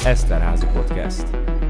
Eszterházy Podcast.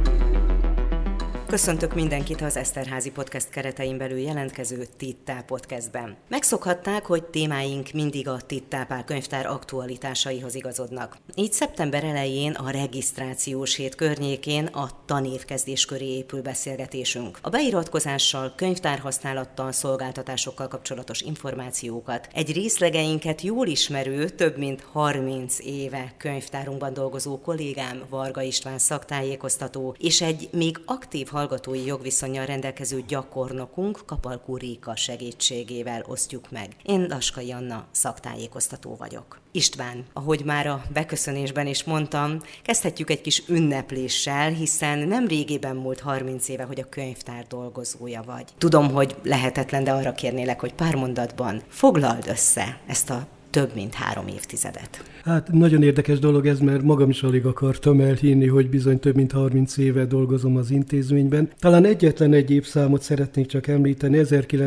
Köszöntök mindenkit az Eszterházy Podcast keretein belül jelentkező Tittá Podcastben. Megszokhatták, hogy témáink mindig a Tittá könyvtár aktualitásaihoz igazodnak. Így szeptember elején a regisztrációs hét környékén a tanévkezdés köré épül beszélgetésünk. A beiratkozással, könyvtárhasználattal, szolgáltatásokkal kapcsolatos információkat, egy részlegeinket jól ismerő, több mint 30 éve könyvtárunkban dolgozó kollégám Varga István szaktájékoztató és egy még aktív hallgatói jogviszonnyal rendelkező gyakornokunk Kapalkó Réka segítségével osztjuk meg. Én Laskai Anna szaktájékoztató vagyok. István, ahogy már a beköszönésben is mondtam, kezdhetjük egy kis ünnepléssel, hiszen nem régében múlt 30 éve, hogy a könyvtár dolgozója vagy. Tudom, hogy lehetetlen, de arra kérnélek, hogy pár mondatban foglald össze ezt a több mint 3 évtizedet. Hát nagyon érdekes dolog ez, mert magam is alig akartam elhinni, hogy bizony több mint 30 éve dolgozom az intézményben. Talán egyetlen egy évszámot szeretnék csak említeni,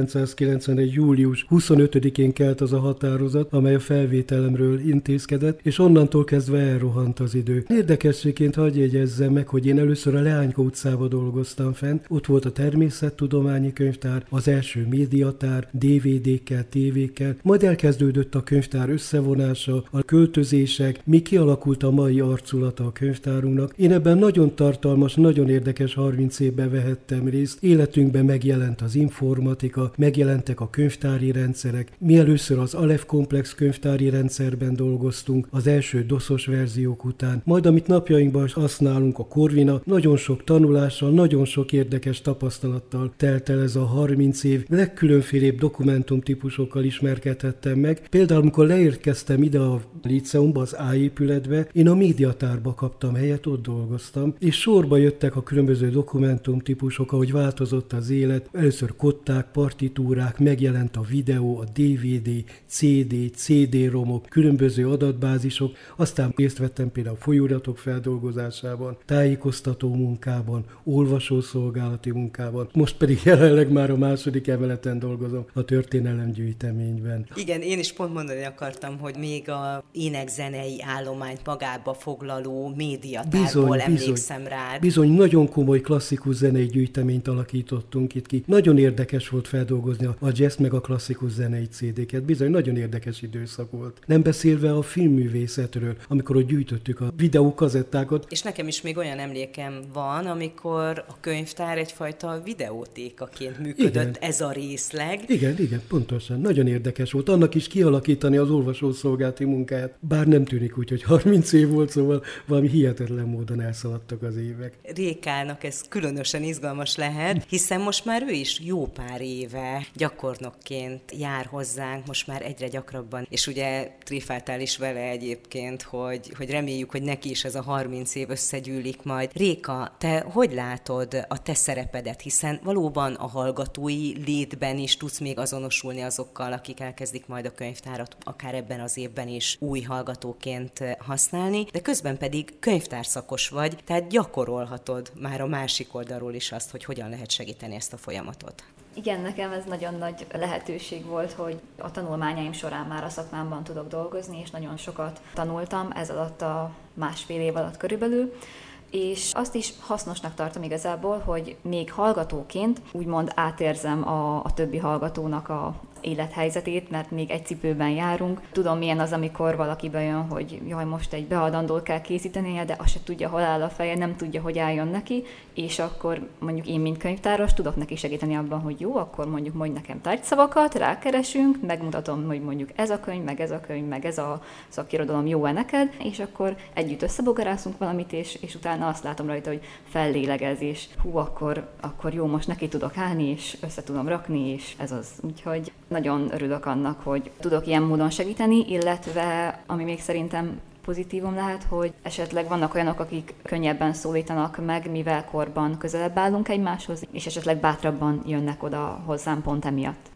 1991. július 25-én kelt az a határozat, amely a felvételemről intézkedett, és onnantól kezdve elrohant az idő. Érdekességként hadd jegyezzem meg, hogy én először a Leányka utcában dolgoztam fent, ott volt a természettudományi könyvtár, az első médiatár, DVD-kkel, tévékkel, majd elkezdődött a könyvtár összevonása, a költözések, mi kialakult a mai arculata a könyvtárunknak. Én ebben nagyon tartalmas, nagyon érdekes 30 évben vehettem részt. Életünkben megjelent az informatika, megjelentek a könyvtári rendszerek. Mi először az Aleph komplex könyvtári rendszerben dolgoztunk, az első DOS-os verziók után. Majd amit napjainkban használunk, a Corvina, nagyon sok tanulással, nagyon sok érdekes tapasztalattal telt el ez a 30 év. Legkülönfélébb dokumentumtípusokkal ismerkedhettem meg. Például, amikor leérkeztem ide a liceumba, az A épületbe, én a médiatárba kaptam helyet, ott dolgoztam, és sorba jöttek a különböző dokumentumtípusok, ahogy változott az élet. Először kották, partitúrák, megjelent a videó, a DVD, CD, CD-romok, különböző adatbázisok, aztán részt vettem például a folyóiratok feldolgozásában, tájékoztató munkában, olvasószolgálati munkában, most pedig jelenleg már a 2. emeleten dolgozom a történelemgyűjteményben. Igen, én is pont mondani akartam, hogy még a énekzenei állományt magába foglaló médiatárból emlékszem rád. Bizony, nagyon komoly klasszikus zenei gyűjteményt alakítottunk itt ki. Nagyon érdekes volt feldolgozni a jazz meg a klasszikus zenei CD-ket. Bizony, nagyon érdekes időszak volt. Nem beszélve a filmművészetről, amikor ott gyűjtöttük a videókazettákat. És nekem is még olyan emlékem van, amikor a könyvtár egyfajta videótékaként működött. Igen. Ez a részleg. Igen, pontosan. Nagyon érdekes volt. Annak is kialakítani az olvasószolgálati munkáját. Bár nem tűnik úgy, hogy 30 év volt, szóval valami hihetetlen módon elszaladtak az évek. Rékának ez különösen izgalmas lehet, hiszen most már ő is jó pár éve gyakornokként jár hozzánk, most már egyre gyakrabban, és ugye tréfáltál is vele egyébként, hogy reméljük, hogy neki is ez a 30 év összegyűlik majd. Réka, te hogy látod a te szerepedet, hiszen valóban a hallgatói létben is tudsz még azonosulni azokkal, akik elkezdik majd a könyvtárat, akár ebben az évben is új hallgatóként használni, de közben pedig könyvtárszakos vagy, tehát gyakorolhatod már a másik oldalról is azt, hogy hogyan lehet segíteni ezt a folyamatot. Igen, nekem ez nagyon nagy lehetőség volt, hogy a tanulmányaim során már a szakmámban tudok dolgozni, és nagyon sokat tanultam ez alatt a 1,5 év alatt körülbelül, és azt is hasznosnak tartom igazából, hogy még hallgatóként úgymond átérzem a többi hallgatónak a élethelyzetét, mert még egy cipőben járunk. Tudom, milyen az, amikor valaki bejön, hogy jaj, most egy beadandót kell készítenie, de azt se tudja, hol áll a feje, nem tudja, hogy álljon neki, és akkor mondjuk én, mint könyvtáros, tudok neki segíteni abban, hogy jó, akkor mondjuk mondj nekem tárgyszavakat, rákeresünk, megmutatom, hogy mondjuk ez a könyv, meg ez a könyv, meg ez a szakirodalom jó-e neked, és akkor együtt összebogarászunk valamit, és utána azt látom rajta, hogy fellélegez, és hú, akkor jó, most neki tudok állni, és össze tudom rakni, és ez az. Úgyhogy nagyon örülök annak, hogy tudok ilyen módon segíteni, illetve ami még szerintem pozitívum lehet, hogy esetleg vannak olyanok, akik könnyebben szólítanak meg, mivel korban közelebb állunk egymáshoz, és esetleg bátrabban jönnek oda hozzám pont emiatt.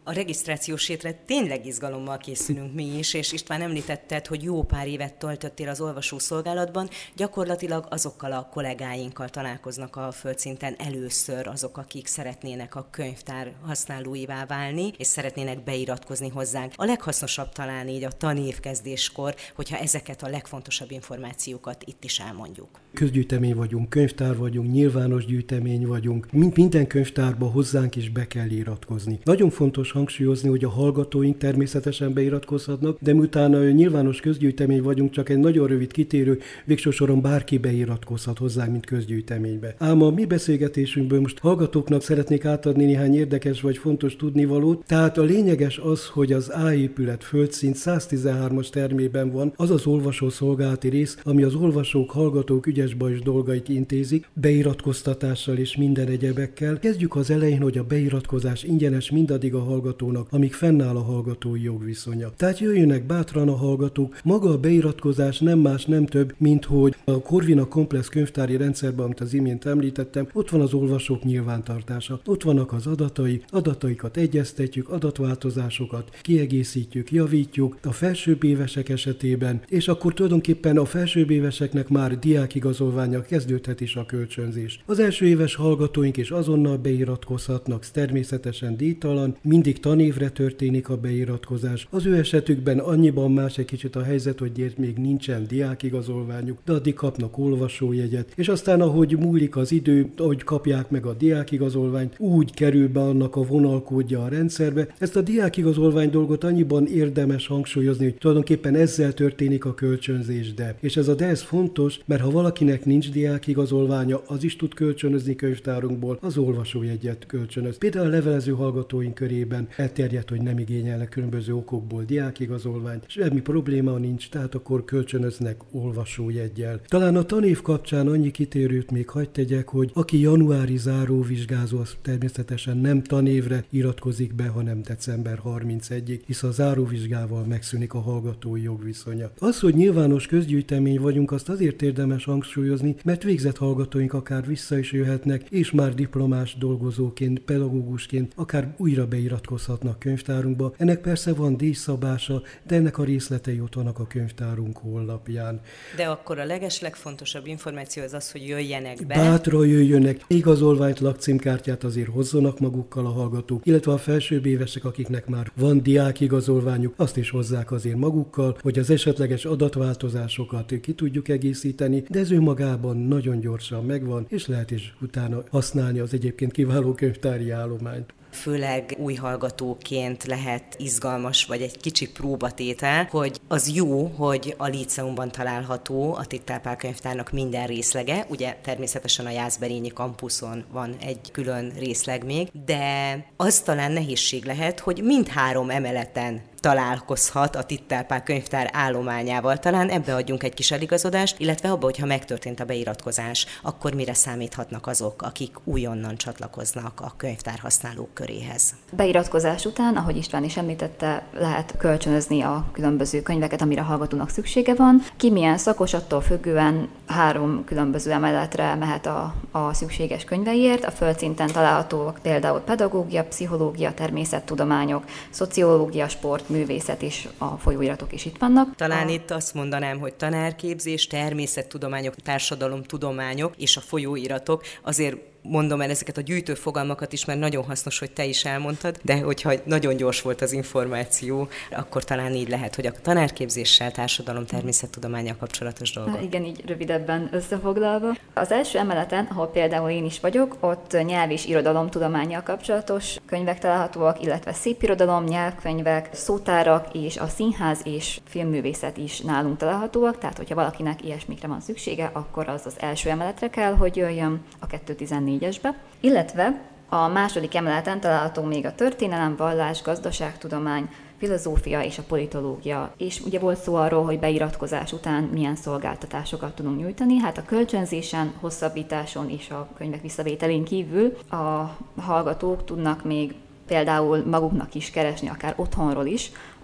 A regisztrációs hétre tényleg izgalommal készülünk mi is, és István említetted, hogy jó pár évet töltöttél az olvasószolgálatban, gyakorlatilag azokkal a kollégáinkkal találkoznak a földszinten először azok, akik szeretnének a könyvtár használóivá válni, és szeretnének beiratkozni hozzánk. A leghasznosabb talán így a tanévkezdéskor, hogyha ezeket a legfontosabb információkat itt is elmondjuk. Közgyűjtemény vagyunk, könyvtár vagyunk, nyilvános gyűjtemény vagyunk. Minden könyvtárba hozzánk is be kell iratkozni. Nagyon fontos hangsúlyozni, hogy a hallgatóink természetesen beiratkozhatnak, de miután nyilvános közgyűjtemény vagyunk, csak egy nagyon rövid kitérő, végső soron bárki beiratkozhat hozzánk, mint közgyűjteménybe. Ám a mi beszélgetésünkből most hallgatóknak szeretnék átadni néhány érdekes vagy fontos tudnivalót. Tehát a lényeges az, hogy az A épület földszint 113-as termében van az az olvasószolgálati rész, ami az olvasók, hallgatók ügyes-bajos dolgaik intézik, beiratkoztatással és minden egyebekkel. Kezdjük az elején, hogy a beiratkozás ingyenes mindaddig a hallgatónak, amíg fennáll a hallgatói jogviszonya. Tehát jöjjönek bátran a hallgatók. Maga a beiratkozás nem más, nem több, mint hogy a Corvina komplex könyvtári rendszerben, amit az imént említettem, ott van az olvasók nyilvántartása. Ott vannak az adataikat egyeztetjük, adatváltozásokat kiegészítjük, javítjuk a felsőbb évesek esetében, és akkor tulajdonképpen a felsőbb éveseknek már diákigazolvánnyal kezdődhet is a kölcsönzés. Az első éves hallgatóink is azonnal beiratkozhatnak, természetesen díjtalan, mindig tanévre történik a beiratkozás. Az ő esetükben annyiban más egy kicsit a helyzet, hogy még nincsen diákigazolványuk, de addig kapnak olvasójegyet, és aztán ahogy múlik az idő, ahogy kapják meg a diákigazolványt, úgy kerül be annak a vonalkódja a rendszerbe. Ezt a diákigazolvány dolgot annyiban érdemes hangsúlyozni, hogy tulajdonképpen ezzel történik a kölcsönzés, és ez fontos, mert ha valakinek nincs diákigazolványa, az is tud kölcsönözni könyvtárunkból, az olvasójegyet kölcsönöz. Például a levelező hallgatóink körében elterjedt, hogy nem igényelnek különböző okokból diákigazolványt, és semmi probléma nincs, tehát akkor kölcsönöznek olvasójeggyel. Talán a tanév kapcsán annyi kitérőt még hadd tegyek, hogy aki januári záróvizsgázó, az természetesen nem tanévre iratkozik be, hanem december 31-ig, hisz a záróvizsgával megszűnik a hallgatói jogviszonya. Az, hogy nyilvános közgyűjtemény vagyunk, azt azért érdemes hangsúlyozni, mert végzett hallgatóink akár vissza is jöhetnek, és már diplomás dolgozóként, pedagógusként akár újra beiratkozhatnak könyvtárunkba. Ennek persze van díjszabása, de ennek a részletei ott vannak a könyvtárunk honlapján. De akkor a legfontosabb információ az, hogy jöjjenek be. Bátran jöjjönek, igazolványt, lakcímkártyát azért hozzanak magukkal a hallgatók, illetve a felsőbb évesek, akiknek már van diákigazolványuk, azt is hozzák azért magukkal, hogy az esetleges adatváltozásokat ki tudjuk egészíteni, de ez önmagában nagyon gyorsan megvan, és lehet is utána használni az egyébként kiváló könyvtári állományt. Főleg új hallgatóként lehet izgalmas, vagy egy kicsi próbatétel, hogy az jó, hogy a líceumban található a Tittár Pál könyvtárnak minden részlege, ugye természetesen a Jászberényi kampuszon van egy külön részleg még, de az talán nehézség lehet, hogy mindhárom emeleten találkozhat a Tittár Pál könyvtár állományával. Talán ebbe adjunk egy kis eligazodást, illetve abba, hogyha megtörtént a beiratkozás, akkor mire számíthatnak azok, akik újonnan csatlakoznak a könyvtár használók köréhez. Beiratkozás után, ahogy István is említette, lehet kölcsönözni a különböző könyveket, amire a hallgatónak szüksége van. Ki milyen szakos, attól függően 3 különböző emeletre mehet a szükséges könyveiért. A földszinten találhatóak például pedagógia, pszichológia, természettudományok, szociológia, sport, művészet és a folyóiratok is itt vannak. Talán itt azt mondanám, hogy tanárképzés, természettudományok, társadalomtudományok és a folyóiratok. Azért mondom el ezeket a gyűjtő fogalmakat is, mert nagyon hasznos, hogy te is elmondtad, de hogyha nagyon gyors volt az információ, akkor talán így lehet, hogy a tanárképzéssel, társadalom, természettudománnyal kapcsolatos dolgok. Igen, így rövidebben összefoglalva. Az első emeleten, ahol például én is vagyok, ott nyelv és irodalomtudománnyal kapcsolatos könyvek találhatóak, illetve szépirodalom, nyelvkönyvek, szótárak és a színház és filmművészet is nálunk találhatóak, tehát hogyha valakinek ilyesmikre van szüksége, akkor az első emeletre kell, hogy jöjjön a 214-esbe, illetve a második emeleten található még a történelem, vallás, gazdaságtudomány, filozófia és a politológia. És ugye volt szó arról, hogy beiratkozás után milyen szolgáltatásokat tudunk nyújtani. Hát a kölcsönzésen, hosszabbításon és a könyvek visszavételén kívül a hallgatók tudnak még például maguknak is keresni, akár otthonról is,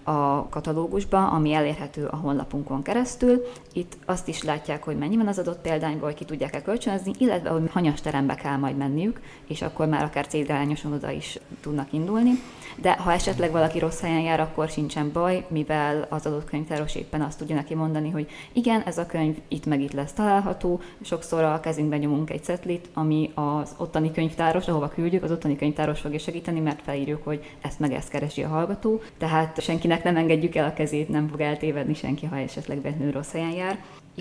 a katalógusba, ami elérhető a honlapunkon keresztül. Itt azt is látják, hogy mennyi van az adott példányból, hogy ki tudják-e kölcsönözni, illetve hogy hanyas terembe kell majd menniük, és akkor már akár cédirányosan oda is tudnak indulni. De ha esetleg valaki rossz helyen jár, akkor sincsen baj, mivel az adott könyvtáros éppen azt tudja neki mondani, hogy igen, ez a könyv itt meg itt lesz található. Sokszor a kezünkben nyomunk egy cetlit, ami az ottani könyvtáros, ahova küldjük, az ottani könyvtáros fogja segíteni, mert felírjuk, hogy ezt meg ezt keresi a hallgató. Tehát senkinek nem engedjük el a kezét, nem fog eltévedni senki, ha esetleg véletlenül rossz helyen jár.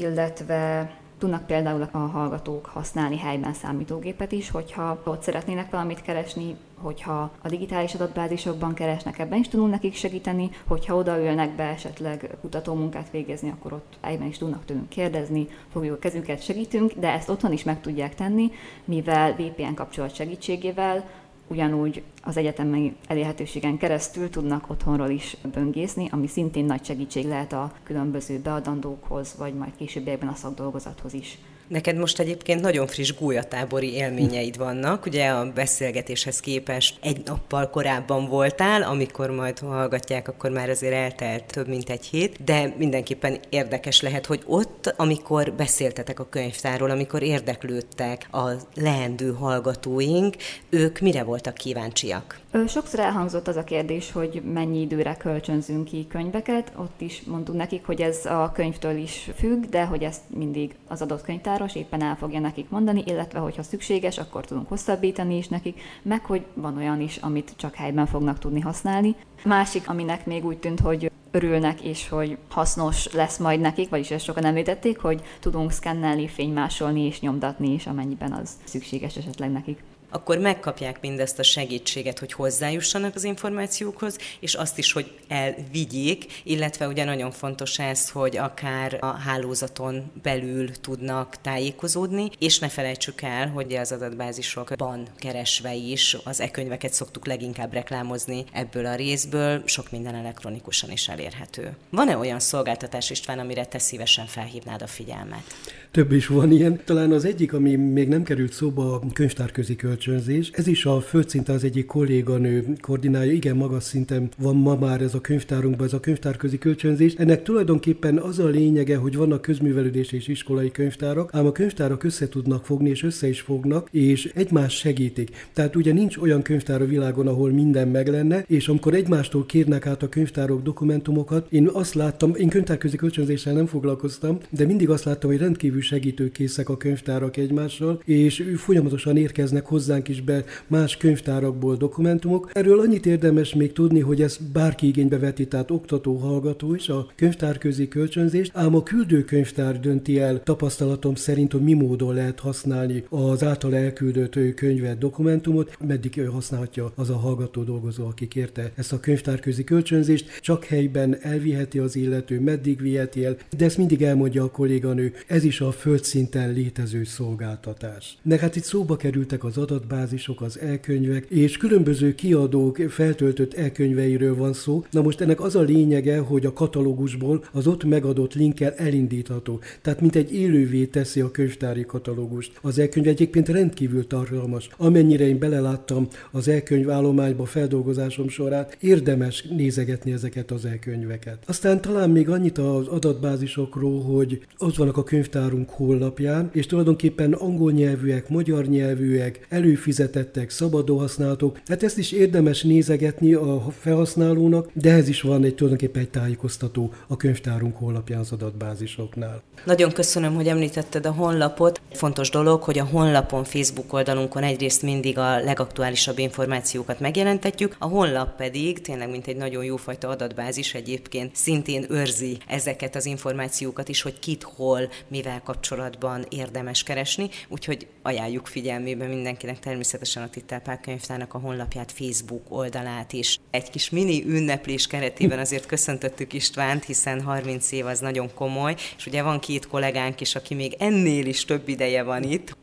Illetve tudnak például a hallgatók használni helyben számítógépet is, hogyha ott szeretnének valamit keresni, hogyha a digitális adatbázisokban keresnek, ebben is tudunk nekik segíteni, hogyha odaülnek be esetleg kutatómunkát végezni, akkor ott helyben is tudnak tőlünk kérdezni, fogjuk a kezünket, segítünk, de ezt otthon is meg tudják tenni, mivel VPN kapcsolat segítségével ugyanúgy az egyetemi elérhetőségen keresztül tudnak otthonról is böngészni, ami szintén nagy segítség lehet a különböző beadandókhoz, vagy majd későbbiekben a szakdolgozathoz is. Neked most egyébként nagyon friss gólyatábori élményeid vannak, ugye a beszélgetéshez képest egy nappal korábban voltál, amikor majd hallgatják, akkor már azért eltelt több mint egy hét, de mindenképpen érdekes lehet, hogy ott, amikor beszéltetek a könyvtárról, amikor érdeklődtek a leendő hallgatóink, ők mire voltak kíváncsiak? Sokszor elhangzott az a kérdés, hogy mennyi időre kölcsönzünk ki könyveket, ott is mondtuk nekik, hogy ez a könyvtől is függ, de hogy ezt mindig az adott könyvtáros éppen el fogja nekik mondani, illetve hogyha szükséges, akkor tudunk hosszabbítani is nekik, meg hogy van olyan is, amit csak helyben fognak tudni használni. Másik, aminek még úgy tűnt, hogy örülnek, és hogy hasznos lesz majd nekik, vagyis ezt sokan említették, hogy tudunk szkennelni, fénymásolni és nyomdatni is, amennyiben az szükséges esetleg nekik. Akkor megkapják mindezt a segítséget, hogy hozzájussanak az információkhoz, és azt is, hogy elvigyék, illetve ugye nagyon fontos ez, hogy akár a hálózaton belül tudnak tájékozódni, és ne felejtsük el, hogy az adatbázisokban keresve is az e-könyveket szoktuk leginkább reklámozni ebből a részből, sok minden elektronikusan is elérhető. Van-e olyan szolgáltatás, István, amire te szívesen felhívnád a figyelmet? Több is van ilyen. Talán az egyik, ami még nem került szóba, a könyvtárközi kölcsönzés. Ez is a földszinten az egyik kolléganő koordinálja. Igen, magas szinten van ma már ez a könyvtárunkban, ez a könyvtárközi kölcsönzés. Ennek tulajdonképpen az a lényege, hogy vannak közművelődési és iskolai könyvtárak, ám a könyvtárak össze tudnak fogni, és össze is fognak, és egymást segítik. Tehát ugye nincs olyan könyvtár a világon, ahol minden meg lenne, és amikor egymástól kérnek át a könyvtárok dokumentumokat, én azt láttam, én könyvtárközi kölcsönzéssel nem foglalkoztam, de mindig azt láttam, hogy rendkívül segítőkészek a könyvtárak egymással, és folyamatosan érkeznek hozzánk is be más könyvtárakból dokumentumok. Erről annyit érdemes még tudni, hogy ez bárki igénybe veti, tehát oktató, hallgató is a könyvtárközi kölcsönzést, ám a küldőkönyvtár dönti el tapasztalatom szerint, hogy mi módon lehet használni az által elküldött könyvet, dokumentumot, meddig használhatja az a hallgató dolgozó, aki kérte ezt a könyvtárközi kölcsönzést, csak helyben elviheti az illető, meddig viheti el, de ezt mindig elmondja a kolléganő, ez is a földszinten létező szolgáltatás. Hát itt szóba kerültek az adatbázisok, az e-könyvek, és különböző kiadók feltöltött e-könyveiről van szó. Na most ennek az a lényege, hogy a katalógusból az ott megadott linkkel elindítható. Tehát mint egy élővé teszi a könyvtári katalógust. Az e-könyv egyébként rendkívül tartalmas. Amennyire én beleláttam az e-könyv állományba feldolgozásom során, érdemes nézegetni ezeket az e-könyveket. Aztán talán még annyit az adatbázisokról, hogy ott vannak a könyvtárunk honlapján, és tulajdonképpen angol nyelvűek, magyar nyelvűek, előfizetettek, szabadon használhatók. Hát ezt is érdemes nézegetni a felhasználónak, de ez is van tulajdonképpen egy tájékoztató a könyvtárunk honlapján az adatbázisoknál. Nagyon köszönöm, hogy említetted a honlapot. Fontos dolog, hogy a honlapon, Facebook oldalunkon egyrészt mindig a legaktuálisabb információkat megjelentetjük, a honlap pedig tényleg mint egy nagyon jófajta adatbázis egyébként szintén őrzi ezeket az információkat is, hogy kit, hol, mivel kapcsolatban érdemes keresni, úgyhogy ajánljuk figyelmébe mindenkinek természetesen a Tittál könyvtárnak a honlapját, Facebook oldalát is. Egy kis mini ünneplés keretében azért köszöntöttük Istvánt, hiszen 30 év az nagyon komoly, és ugye van két kollégánk is, aki még ennél is több ideje van itt.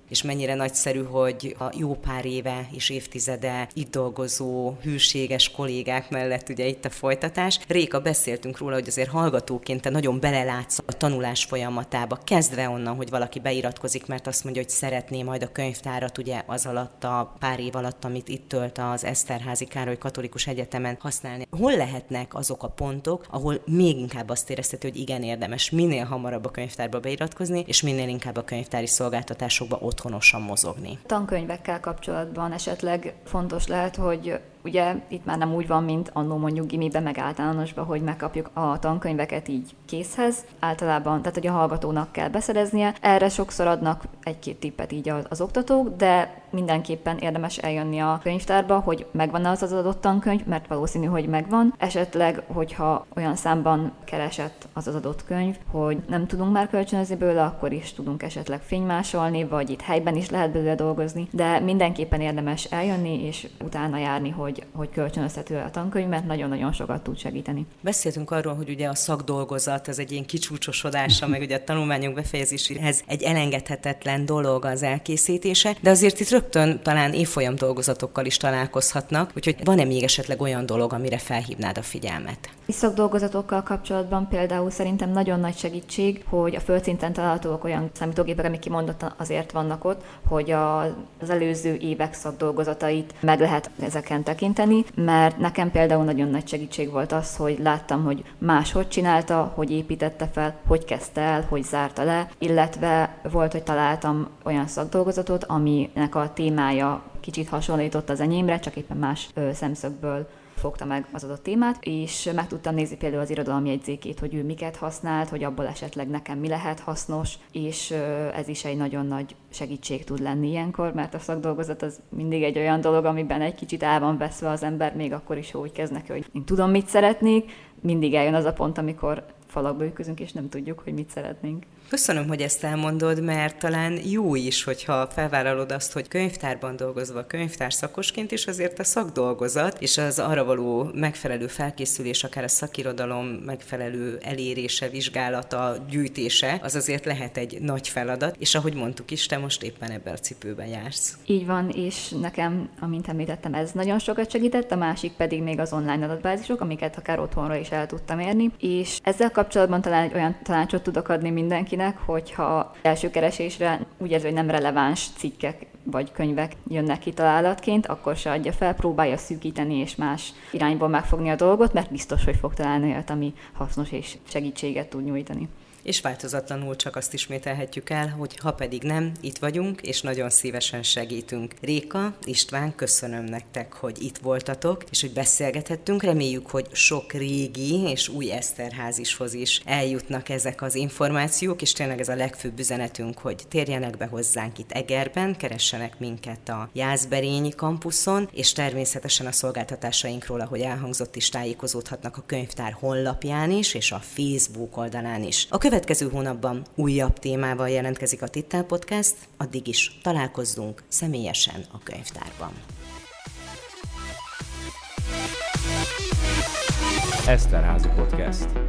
és mennyire nagyszerű, hogy a jó pár éve és évtizede itt dolgozó, hűséges kollégák mellett ugye itt a folytatás. Réka, beszéltünk róla, hogy azért hallgatóként te nagyon belelátsz a tanulás folyamatába, kezdve onnan, hogy valaki beiratkozik, mert azt mondja, hogy szeretné majd a könyvtárat ugye az alatt a pár év alatt, amit itt tölt az Eszterházy Károly Katolikus Egyetemen használni. Hol lehetnek azok a pontok, ahol még inkább azt érezteti, hogy igen érdemes minél hamarabb a könyvtárba beiratkozni, és minél inkább a könyvtári szolgáltatásokba otthonosan mozogni? Tankönyvekkel kapcsolatban esetleg fontos lehet, hogy ugye itt már nem úgy van, mint annó mondjuk gimiben, meg általánosban, hogy megkapjuk a tankönyveket így készhez. Általában, tehát hogy a hallgatónak kell beszereznie. Erre sokszor adnak egy-két tippet így az oktatók, de mindenképpen érdemes eljönni a könyvtárba, hogy megvan-e az adott tankönyv, mert valószínű, hogy megvan. Esetleg, hogyha olyan számban keresett az adott könyv, hogy nem tudunk már kölcsönözni belőle, akkor is tudunk esetleg fénymásolni, vagy itt helyben is lehet belőle dolgozni, de mindenképpen érdemes eljönni és utána járni, hogy kölcsönözhető a tankönyv, mert nagyon-nagyon sokat tud segíteni. Beszéltünk arról, hogy ugye a szakdolgozat az egy ilyen kicsúcsosodása, meg ugye a tanulmányok befejezéséhez egy elengedhetetlen dolog az elkészítése, de azért itt rögtön talán évfolyam dolgozatokkal is találkozhatnak, úgyhogy van-e még esetleg olyan dolog, amire felhívnád a figyelmet? Szakdolgozatokkal kapcsolatban például szerintem nagyon nagy segítség, hogy a földszinten találhatóak olyan számítógépek, amik kimondottan azért vannak ott, hogy az előző évek szakdolgozatait meg lehet ezeken tekinteni, mert nekem például nagyon nagy segítség volt az, hogy láttam, hogy más hogy csinálta, hogy építette fel, hogy kezdte el, hogy zárta le, illetve volt, hogy találtam olyan szakdolgozatot, aminek a témája kicsit hasonlított az enyémre, csak éppen más szemszögből fogta meg az adott témát, és meg tudtam nézni például az irodalomjegyzékét, hogy ő miket használt, hogy abból esetleg nekem mi lehet hasznos, és ez is egy nagyon nagy segítség tud lenni ilyenkor, mert a szakdolgozat az mindig egy olyan dolog, amiben egy kicsit el van veszve az ember, még akkor is, hogy kezd neki, hogy én tudom, mit szeretnék, mindig eljön az a pont, amikor falakba ütközünk, és nem tudjuk, hogy mit szeretnénk. Köszönöm, hogy ezt elmondod, mert talán jó is, hogyha felvállalod azt, hogy könyvtárban dolgozva, könyvtár szakosként is azért a szakdolgozat és az arra való megfelelő felkészülés, akár a szakirodalom megfelelő elérése, vizsgálata, gyűjtése, az azért lehet egy nagy feladat, és ahogy mondtuk is, te most éppen ebben a cipőben jársz. Így van, és nekem, amint említettem, ez nagyon sokat segített, a másik pedig még az online adatbázisok, amiket akár otthonra is el tudtam érni, és ezzel kapcsolatban talán egy olyan tanácsot tudok adni mindenkinek, hogyha első keresésre úgy érzi, hogy nem releváns cikkek vagy könyvek jönnek ki találatként, akkor se adja fel, próbálja szűkíteni és más irányból megfogni a dolgot, mert biztos, hogy fog találni olyat, ami hasznos és segítséget tud nyújtani. És változatlanul csak azt ismételhetjük el, hogy ha pedig nem, itt vagyunk, és nagyon szívesen segítünk. Réka, István, köszönöm nektek, hogy itt voltatok, és hogy beszélgethettünk. Reméljük, hogy sok régi és új Eszterházishoz is eljutnak ezek az információk, és tényleg ez a legfőbb üzenetünk, hogy térjenek be hozzánk itt Egerben, keressenek minket a Jászberényi kampuszon, és természetesen a szolgáltatásainkról, ahogy elhangzott is, tájékozódhatnak a könyvtár honlapján is, és a Facebook oldalán is. A következő hónapban újabb témával jelentkezik a Tittál Podcast, addig is találkozzunk személyesen a könyvtárban. Eszterházy Podcast.